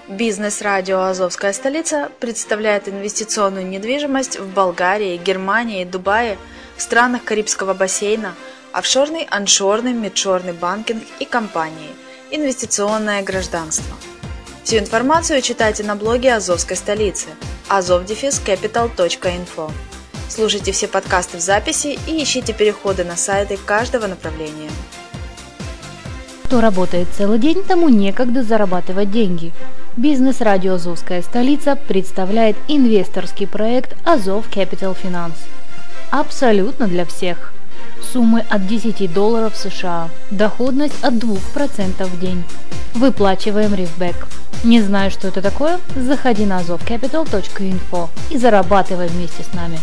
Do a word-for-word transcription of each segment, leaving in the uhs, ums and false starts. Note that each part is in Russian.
Бизнес-радио «Азовская столица» представляет инвестиционную недвижимость в Болгарии, Германии, Дубае, в странах Карибского бассейна, офшорный, аншорный, мидшорный банкинг и компании, инвестиционное гражданство. Всю информацию читайте на блоге «Азовской столицы» азов дефис капитал точка инфо. Слушайте все подкасты в записи и ищите переходы на сайты каждого направления. Кто работает целый день, тому некогда зарабатывать деньги. Бизнес-радио «Азовская столица» представляет инвесторский проект «Азов Capital Finance». Абсолютно для всех. Суммы от десяти долларов США. Доходность от двух процентов в день. Выплачиваем рифбэк. Не знаешь, что это такое? Заходи на азов капитал точка инфо и зарабатывай вместе с нами.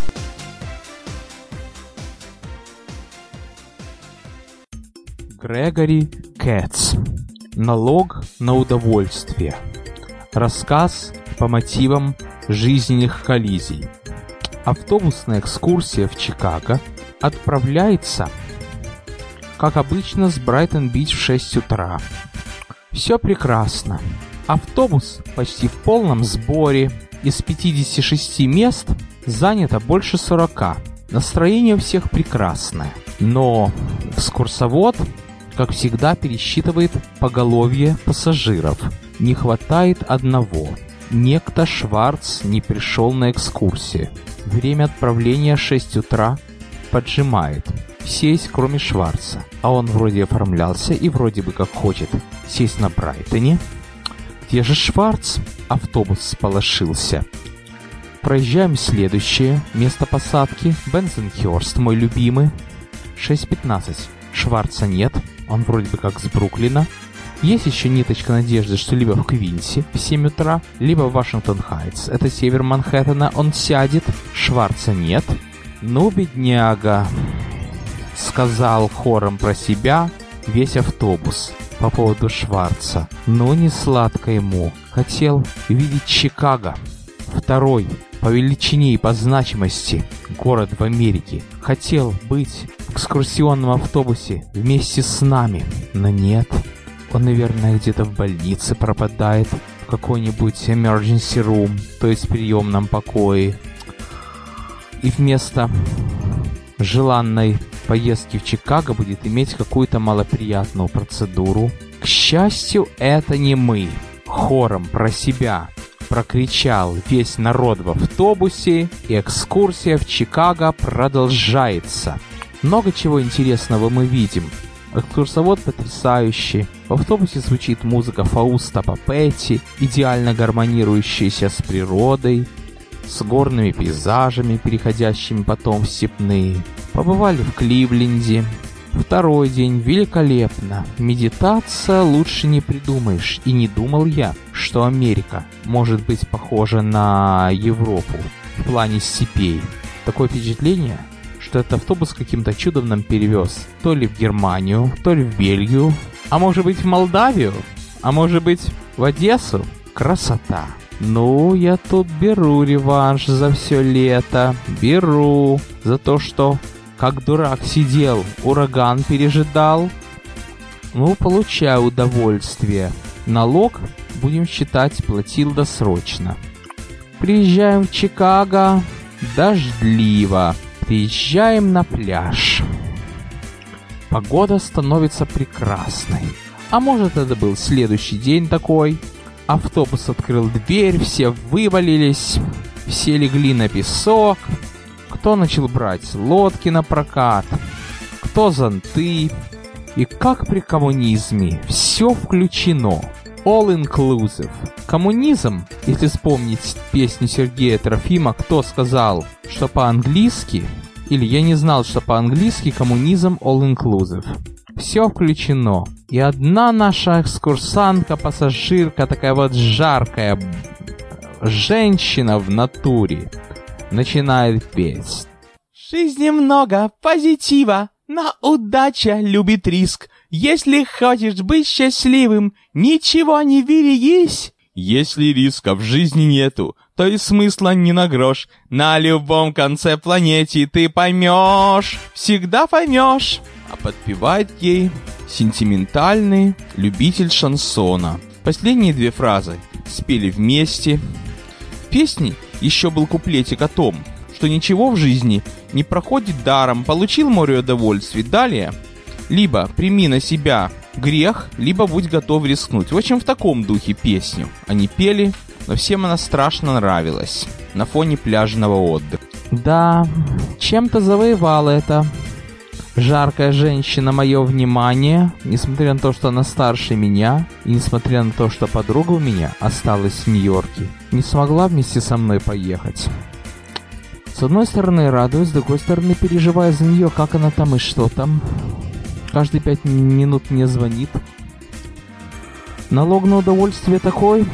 Грегори Кэтс. Налог на удовольствие. Рассказ по мотивам жизненных коллизий. Автобусная экскурсия в Чикаго отправляется, как обычно, с Брайтон-Бич в шесть утра. Все прекрасно. Автобус почти в полном сборе. Из пятидесяти шести мест занято больше сорока. Настроение у всех прекрасное. Но экскурсовод, как всегда, пересчитывает поголовье пассажиров. Не хватает одного. Некто Шварц не пришел на экскурсию. Время отправления шесть утра поджимает. Все есть, кроме Шварца. А он вроде оформлялся и вроде бы как хочет сесть на Брайтоне. Где же Шварц? Автобус сполошился. Проезжаем следующее место посадки. Бензенхёрст, мой любимый. шесть пятнадцать. Шварца нет. Он вроде бы как с Бруклина. Есть еще ниточка надежды, что либо в Квинси в семь утра, либо в Вашингтон-Хайтс. Это север Манхэттена. Он сядет. Шварца нет. Ну, бедняга, сказал хором про себя весь автобус по поводу Шварца. Ну, не сладко ему. Хотел видеть Чикаго. Второй по величине и по значимости город в Америке. Хотел быть в экскурсионном автобусе вместе с нами. Но нет. Он, наверное, где-то в больнице пропадает. В какой-нибудь emergency room, то есть приемном покое. И вместо желанной поездки в Чикаго будет иметь какую-то малоприятную процедуру. К счастью, это не мы. Хором про себя прокричал весь народ в автобусе, и экскурсия в Чикаго продолжается. Много чего интересного мы видим. Экскурсовод потрясающий. В автобусе звучит музыка Фауста Папетти, идеально гармонирующаяся с природой, с горными пейзажами, переходящими потом в степные. Побывали в Кливленде. Второй день великолепно. Медитация лучше не придумаешь. И не думал я, что Америка может быть похожа на Европу в плане степей. Такое впечатление, что этот автобус каким-то чудом нам перевез то ли в Германию, то ли в Бельгию, а может быть в Молдавию, а может быть в Одессу. Красота. Ну, я тут беру реванш за все лето. Беру за то, что как дурак сидел, ураган пережидал. Ну, получаю удовольствие. Налог, будем считать, платил досрочно. Приезжаем в Чикаго. Дождливо. Приезжаем на пляж. Погода становится прекрасной. А может, это был следующий день такой. Автобус открыл дверь, все вывалились, все легли на песок. Кто начал брать лодки на прокат, кто зонты. И как при коммунизме, все включено. All inclusive. Коммунизм, если вспомнить песню Сергея Трофима, кто сказал, что по-английски, или я не знал, что по-английски коммунизм all inclusive. Все включено. И одна наша экскурсантка, пассажирка, такая вот жаркая женщина в натуре, начинает петь. В жизни много позитива, но удача любит риск. Если хочешь быть счастливым, ничего не берегись. Если риска в жизни нету, то и смысла ни на грош. На любом конце планеты ты поймешь, всегда поймешь. А подпевает ей сентиментальный любитель шансона. Последние две фразы спели вместе. В песне еще был куплетик о том, что ничего в жизни не проходит даром, получил море удовольствий. Далее, либо прими на себя грех, либо будь готов рискнуть. В общем, в таком духе песню они пели, но всем она страшно нравилась на фоне пляжного отдыха. Да, чем-то завоевала эта жаркая женщина мое внимание, несмотря на то, что она старше меня, и несмотря на то, что подруга у меня осталась в Нью-Йорке, не смогла вместе со мной поехать. С одной стороны радуюсь, с другой стороны переживаю за нее, как она там и что там. Каждые пять минут мне звонит. Налог на удовольствие такой?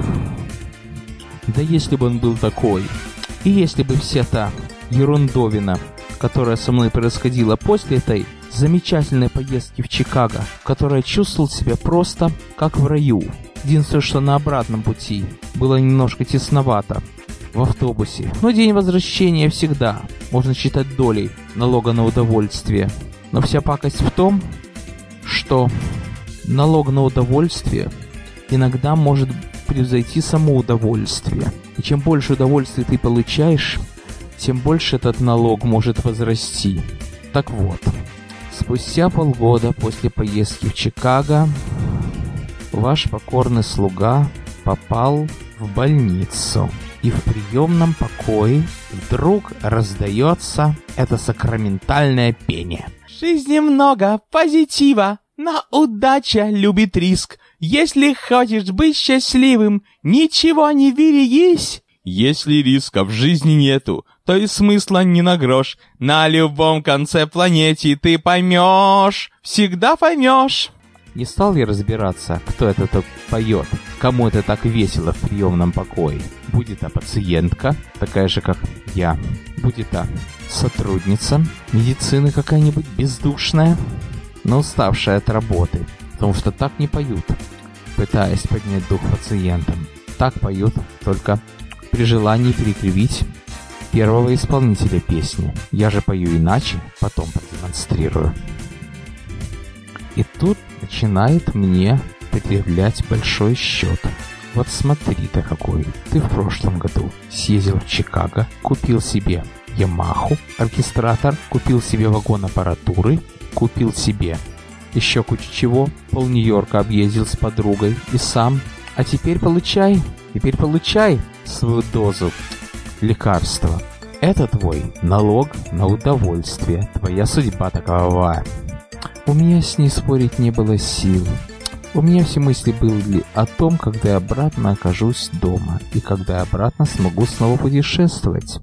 Да если бы он был такой, и если бы вся та ерундовина, которая со мной происходила после этой замечательной поездки в Чикаго, в которой я чувствовал себя просто как в раю. Единственное, что на обратном пути было немножко тесновато в автобусе. Но день возвращения всегда можно считать долей налога на удовольствие. Но вся пакость в том, что налог на удовольствие иногда может превзойти само удовольствие. И чем больше удовольствия ты получаешь, тем больше этот налог может возрасти. Так вот, спустя полгода после поездки в Чикаго ваш покорный слуга попал в больницу. И в приемном покое вдруг раздается это сакраментальное пение. В жизни много позитива, но удача любит риск. Если хочешь быть счастливым, ничего не берегись. Если риска в жизни нету, то и смысла не на грош. На любом конце планеты ты поймешь, всегда поймешь. Не стал я разбираться, кто это так поет, кому это так весело в приемном покое. Будет а пациентка, такая же, как я. Будет а сотрудница медицины какая-нибудь бездушная, но уставшая от работы. Потому что так не поют, пытаясь поднять дух пациентам. Так поют только при желании перекривить первого исполнителя песни. Я же пою иначе, потом продемонстрирую. И тут начинает мне предъявлять большой счет. Вот смотри-то какой. Ты в прошлом году съездил в Чикаго, купил себе Ямаху, оркестратор, купил себе вагон аппаратуры, купил себе еще кучу чего, пол Нью-Йорка объездил с подругой и сам. А теперь получай, теперь получай свою дозу лекарства. Это твой налог на удовольствие, твоя судьба такова. У меня с ней спорить не было сил. У меня все мысли были о том, когда я обратно окажусь дома, и когда я обратно смогу снова путешествовать.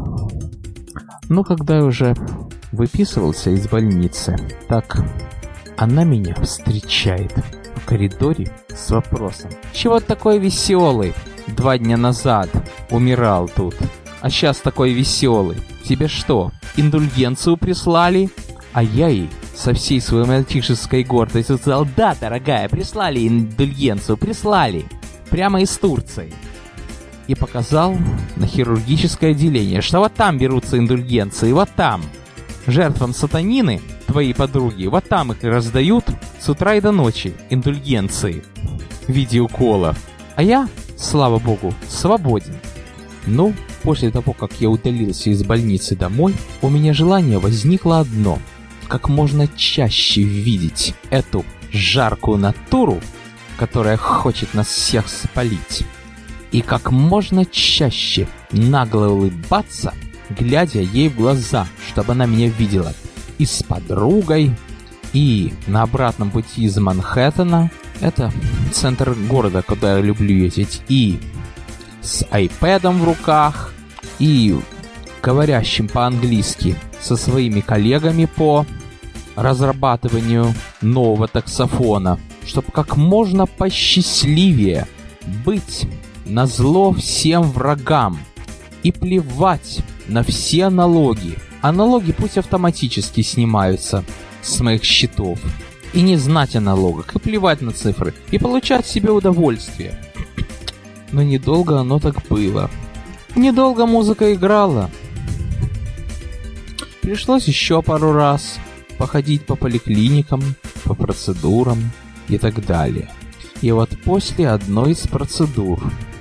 Но когда я уже выписывался из больницы, так она меня встречает в коридоре с вопросом: «Чего ты такой веселый? Два дня назад умирал тут, а сейчас такой веселый. Тебе что, индульгенцию прислали?» А я ей со всей своей мальчишеской гордостью сказал: «Да, дорогая, прислали индульгенцию, прислали. Прямо из Турции». И показал на хирургическое отделение, что вот там берутся индульгенции, вот там. Жертвам сатанины, твоей подруги, вот там их раздают с утра и до ночи, индульгенции в виде уколов. А я, слава богу, свободен. Ну, после того, как я удалился из больницы домой, у меня желание возникло одно: как можно чаще видеть эту жаркую натуру, которая хочет нас всех спалить, и как можно чаще нагло улыбаться, глядя ей в глаза, чтобы она меня видела и с подругой, и на обратном пути из Манхэттена, это центр города, куда я люблю ездить, и с айпэдом в руках, и говорящим по-английски со своими коллегами по разрабатыванию нового таксофона, чтобы как можно посчастливее быть назло всем врагам и плевать на все налоги. А налоги пусть автоматически снимаются с моих счетов. И не знать о налогах, и плевать на цифры, и получать себе удовольствие. Но недолго оно так было. Недолго музыка играла. Пришлось еще пару раз походить по поликлиникам, по процедурам и так далее. И вот после одной из процедур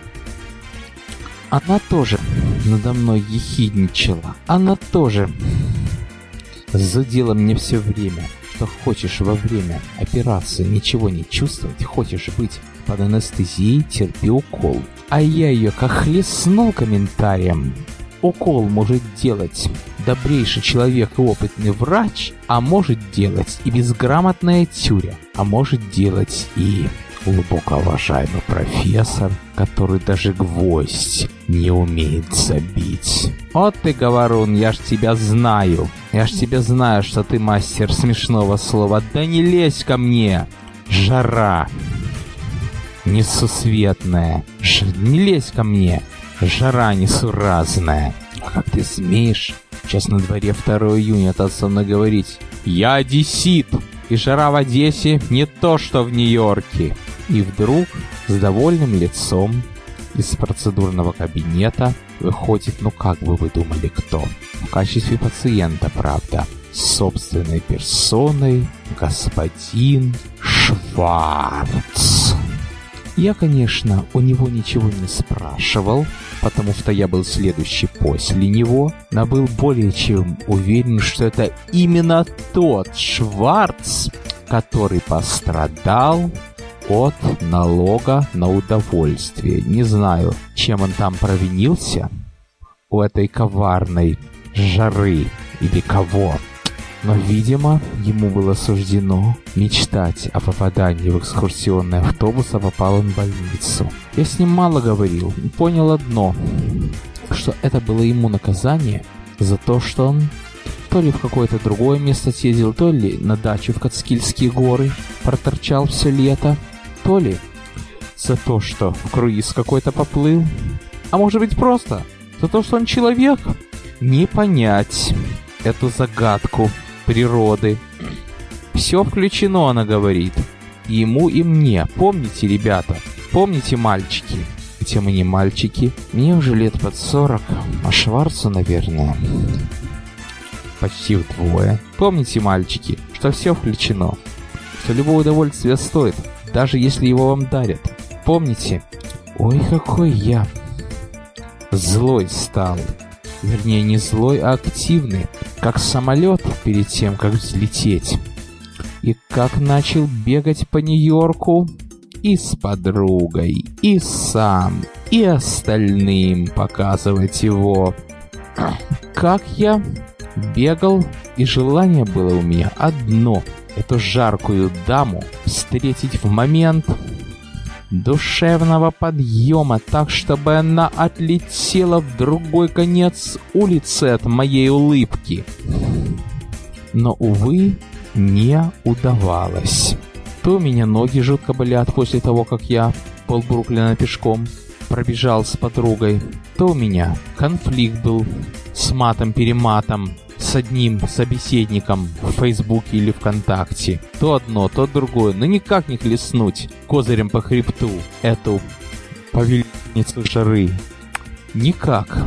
она тоже надо мной ехидничала. Она тоже задела мне все время, что хочешь во время операции ничего не чувствовать, хочешь быть под анестезией, терпи укол. А я ее как хлестнул комментарием. Укол может делать добрейший человек и опытный врач, а может делать и безграмотная тюря, а может делать и глубоко уважаемый профессор, который даже гвоздь не умеет забить. Вот ты, говорун, я ж тебя знаю. Я ж тебя знаю, что ты мастер смешного слова. Да не лезь ко мне, жара несусветная. Ж... Не лезь ко мне, жара несуразная. А как ты смеешь сейчас на дворе второго июня это со мной говорить? Я одессит, и жара в Одессе не то, что в Нью-Йорке. И вдруг с довольным лицом из процедурного кабинета выходит, ну как бы вы думали, кто? В качестве пациента, правда, собственной персоной господин Шварц. Я, конечно, у него ничего не спрашивал, потому что я был следующий после него, но был более чем уверен, что это именно тот Шварц, который пострадал от налога на удовольствие. Не знаю, чем он там провинился у этой коварной жары или кого. Но, видимо, ему было суждено мечтать о попадании в экскурсионный автобус, а попал он в больницу. Я с ним мало говорил, понял одно, что это было ему наказание за то, что он то ли в какое-то другое место съездил, то ли на дачу в Catskillские горы проторчал все лето, то ли за то, что в круиз какой-то поплыл, а может быть просто за то, что он человек. Не понять эту загадку природы. Все включено, она говорит. И ему, и мне. Помните, ребята? Помните, мальчики? Хотя мы не мальчики. Мне уже лет под сорок, а Шварцу, наверное, почти вдвое. Помните, мальчики, что все включено. Что любое удовольствие стоит, даже если его вам дарят. Помните? Ой, какой я злой стал. Вернее, не злой, а активный. Как самолет перед тем, как взлететь. И как начал бегать по Нью-Йорку. И с подругой, и сам, и остальным показывать его. Как я бегал, и желание было у меня одно. Эту жаркую даму встретить в момент душевного подъема, так, чтобы она отлетела в другой конец улицы от моей улыбки. Но, увы, не удавалось. То у меня ноги жутко болят после того, как я пол Бруклина пешком пробежал с подругой, то у меня конфликт был с матом-перематом с одним собеседником в Фейсбуке или ВКонтакте. То одно, то другое, но никак не хлестнуть козырем по хребту эту повелительницу жары. Никак.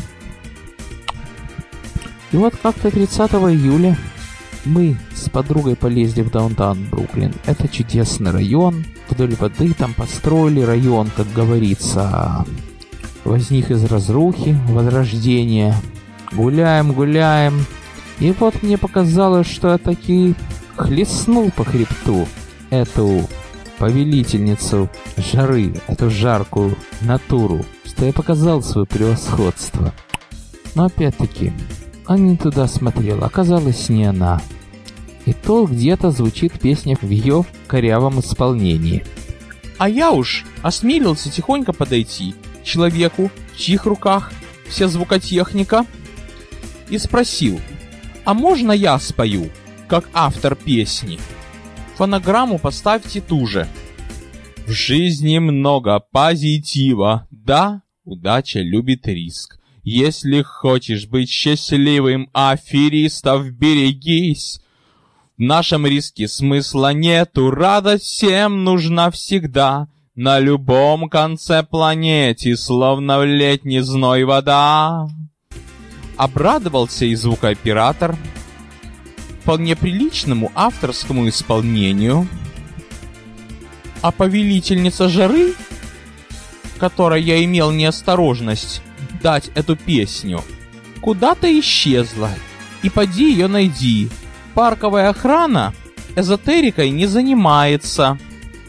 И вот как-то тридцатого июля мы с подругой полезли в даунтаун Бруклин. Это чудесный район. Вдоль воды там построили район, как говорится. Возник из разрухи, возрождения. Гуляем, гуляем. И вот мне показалось, что я таки хлестнул по хребту эту повелительницу жары, эту жаркую натуру, что я показал свое превосходство. Но опять-таки, он не туда смотрел, оказалось, не она. И то где-то звучит песня в ее корявом исполнении. А я уж осмелился тихонько подойти к человеку, в чьих руках вся звукотехника, и спросил: а можно я спою, как автор песни? Фонограмму поставьте ту же. В жизни много позитива, да, удача любит риск. Если хочешь быть счастливым, аферистов берегись. В нашем риске смысла нету, радость всем нужна всегда. На любом конце планеты, словно в летний зной вода. Обрадовался и звукооператор вполне приличному авторскому исполнению. А повелительница жары, которой я имел неосторожность дать эту песню, куда-то исчезла. И поди ее найди. Парковая охрана эзотерикой не занимается.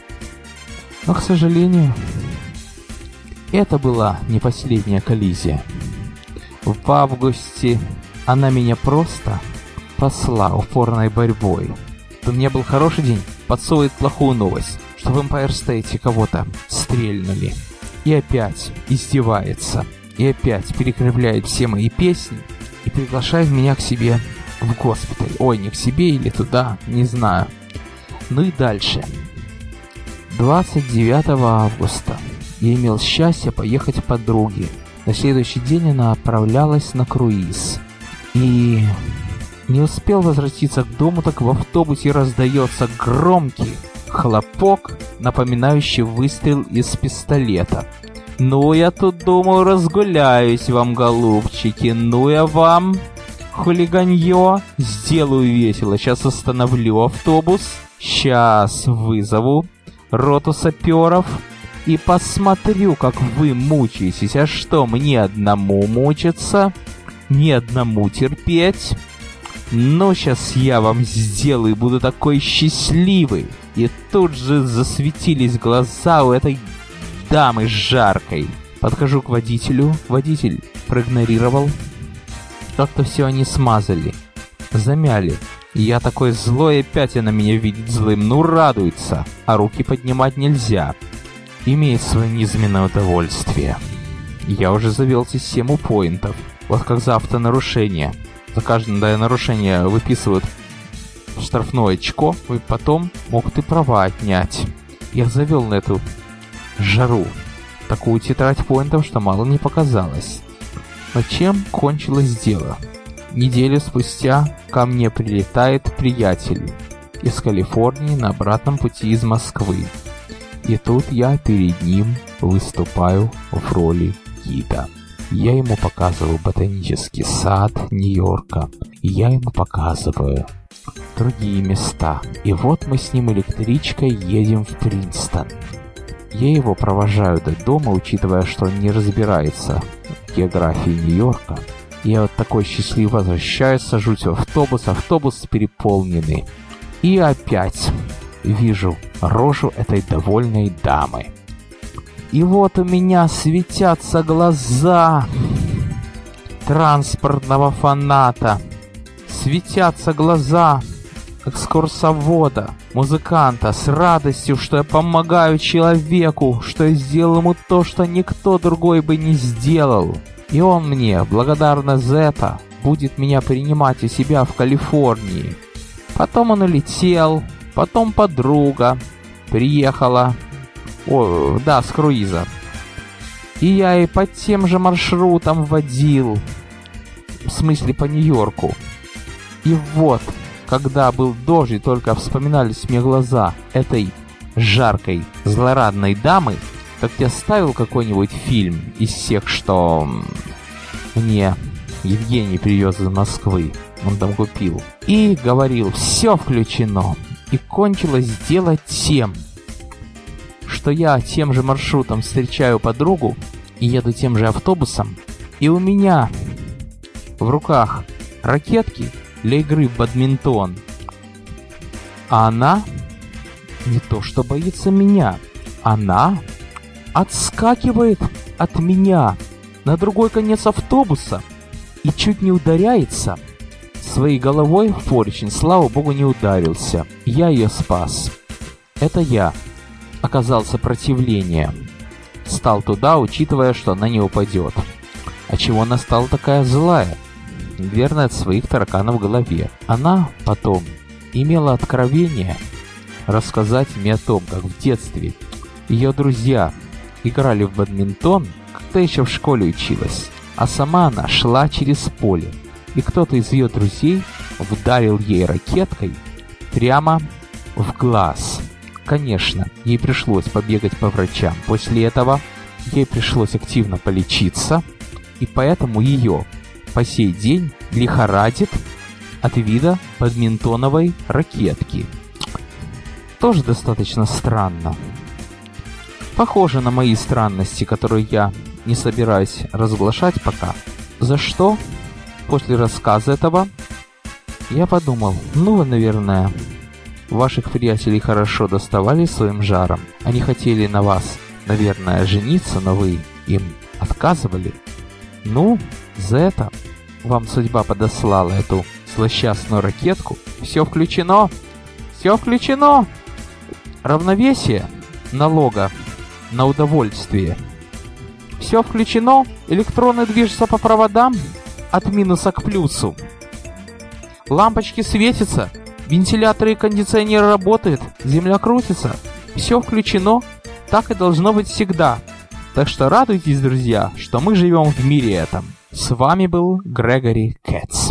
Но, к сожалению, это была не последняя коллизия. В августе она меня просто посла упорной борьбой. У меня был хороший день, подсовывает плохую новость, что в Empire State кого-то стрельнули. И опять издевается. И опять перекрывляет все мои песни и приглашает меня к себе в госпиталь. Ой, не к себе или туда, не знаю. Ну и дальше. двадцать девятого августа я имел счастье поехать к подруге. На следующий день она отправлялась на круиз. И не успел возвратиться к дому, так в автобусе раздается громкий хлопок, напоминающий выстрел из пистолета. Ну, я тут думал, разгуляюсь вам, голубчики. Ну, я вам, хулиганье, сделаю весело. Сейчас остановлю автобус. Сейчас вызову роту саперов и посмотрю, как вы мучаетесь. А что, мне одному мучиться? Мне одному терпеть? Ну, сейчас я вам сделаю, буду такой счастливый. И тут же засветились глаза у этой дамы жаркой. Подхожу к водителю. Водитель проигнорировал. Как-то все они смазали. Замяли. И я такой злой, опять она меня видит злым. Ну, радуется. А руки поднимать нельзя. Имеет свое низменное удовольствие. Я уже завел систему поинтов. Вот как за автонарушение. За каждое нарушение выписывают штрафное очко, и потом могут и права отнять. Я завел на эту жару такую тетрадь поинтов, что мало не показалось. Но чем кончилось дело? Неделю спустя ко мне прилетает приятель из Калифорнии на обратном пути из Москвы. И тут я перед ним выступаю в роли гида. Я ему показываю ботанический сад Нью-Йорка. Я ему показываю другие места. И вот мы с ним электричкой едем в Принстон. Я его провожаю до дома, учитывая, что он не разбирается в географии Нью-Йорка. Я вот такой счастливый возвращаюсь, сажусь в автобус, автобус переполненный. И опять вижу рожу этой довольной дамы. И вот у меня светятся глаза транспортного фаната. Светятся глаза экскурсовода, музыканта с радостью, что я помогаю человеку, что я сделал ему то, что никто другой бы не сделал. И он мне, благодарно за это, будет меня принимать у себя в Калифорнии. Потом он улетел, потом подруга приехала. О, да, с круиза. И я и по тем же маршрутам водил. В смысле, по Нью-Йорку. И вот, когда был дождь, и только вспоминались мне глаза этой жаркой, злорадной дамы, как я ставил какой-нибудь фильм из всех, что мне Евгений привез из Москвы. Он там купил. И говорил, все включено. И кончилось дело тем, что я тем же маршрутом встречаю подругу и еду тем же автобусом, и у меня в руках ракетки для игры в бадминтон. А она не то что боится меня, она отскакивает от меня на другой конец автобуса и чуть не ударяется своей головой в поручень. Слава богу, не ударился. Я ее спас. Это я оказал сопротивление. Стал туда, учитывая, что она не упадет. А чего она стала такая злая? Наверное, от своих тараканов в голове. Она потом имела откровение рассказать мне о том, как в детстве ее друзья играли в бадминтон, когда еще в школе училась, а сама она шла через поле, и кто-то из ее друзей вдарил ей ракеткой прямо в глаз. Конечно, ей пришлось побегать по врачам. После этого ей пришлось активно полечиться, и поэтому ее по сей день лихорадит от вида бадминтоновой ракетки. Тоже достаточно странно. Похоже на мои странности, которые я не собираюсь разглашать пока. За что? После рассказа этого я подумал, ну вы, наверное, ваших приятелей хорошо доставали своим жаром. Они хотели на вас, наверное, жениться, но вы им отказывали. Ну, за это вам судьба подослала эту злосчастную ракетку. Все включено! Все включено! Равновесие налога на удовольствие. Все включено, электроны движутся по проводам от минуса к плюсу. Лампочки светятся, вентиляторы и кондиционеры работают, земля крутится. Все включено, так и должно быть всегда. Так что радуйтесь, друзья, что мы живем в мире этом. С вами был Грегори Кэтс.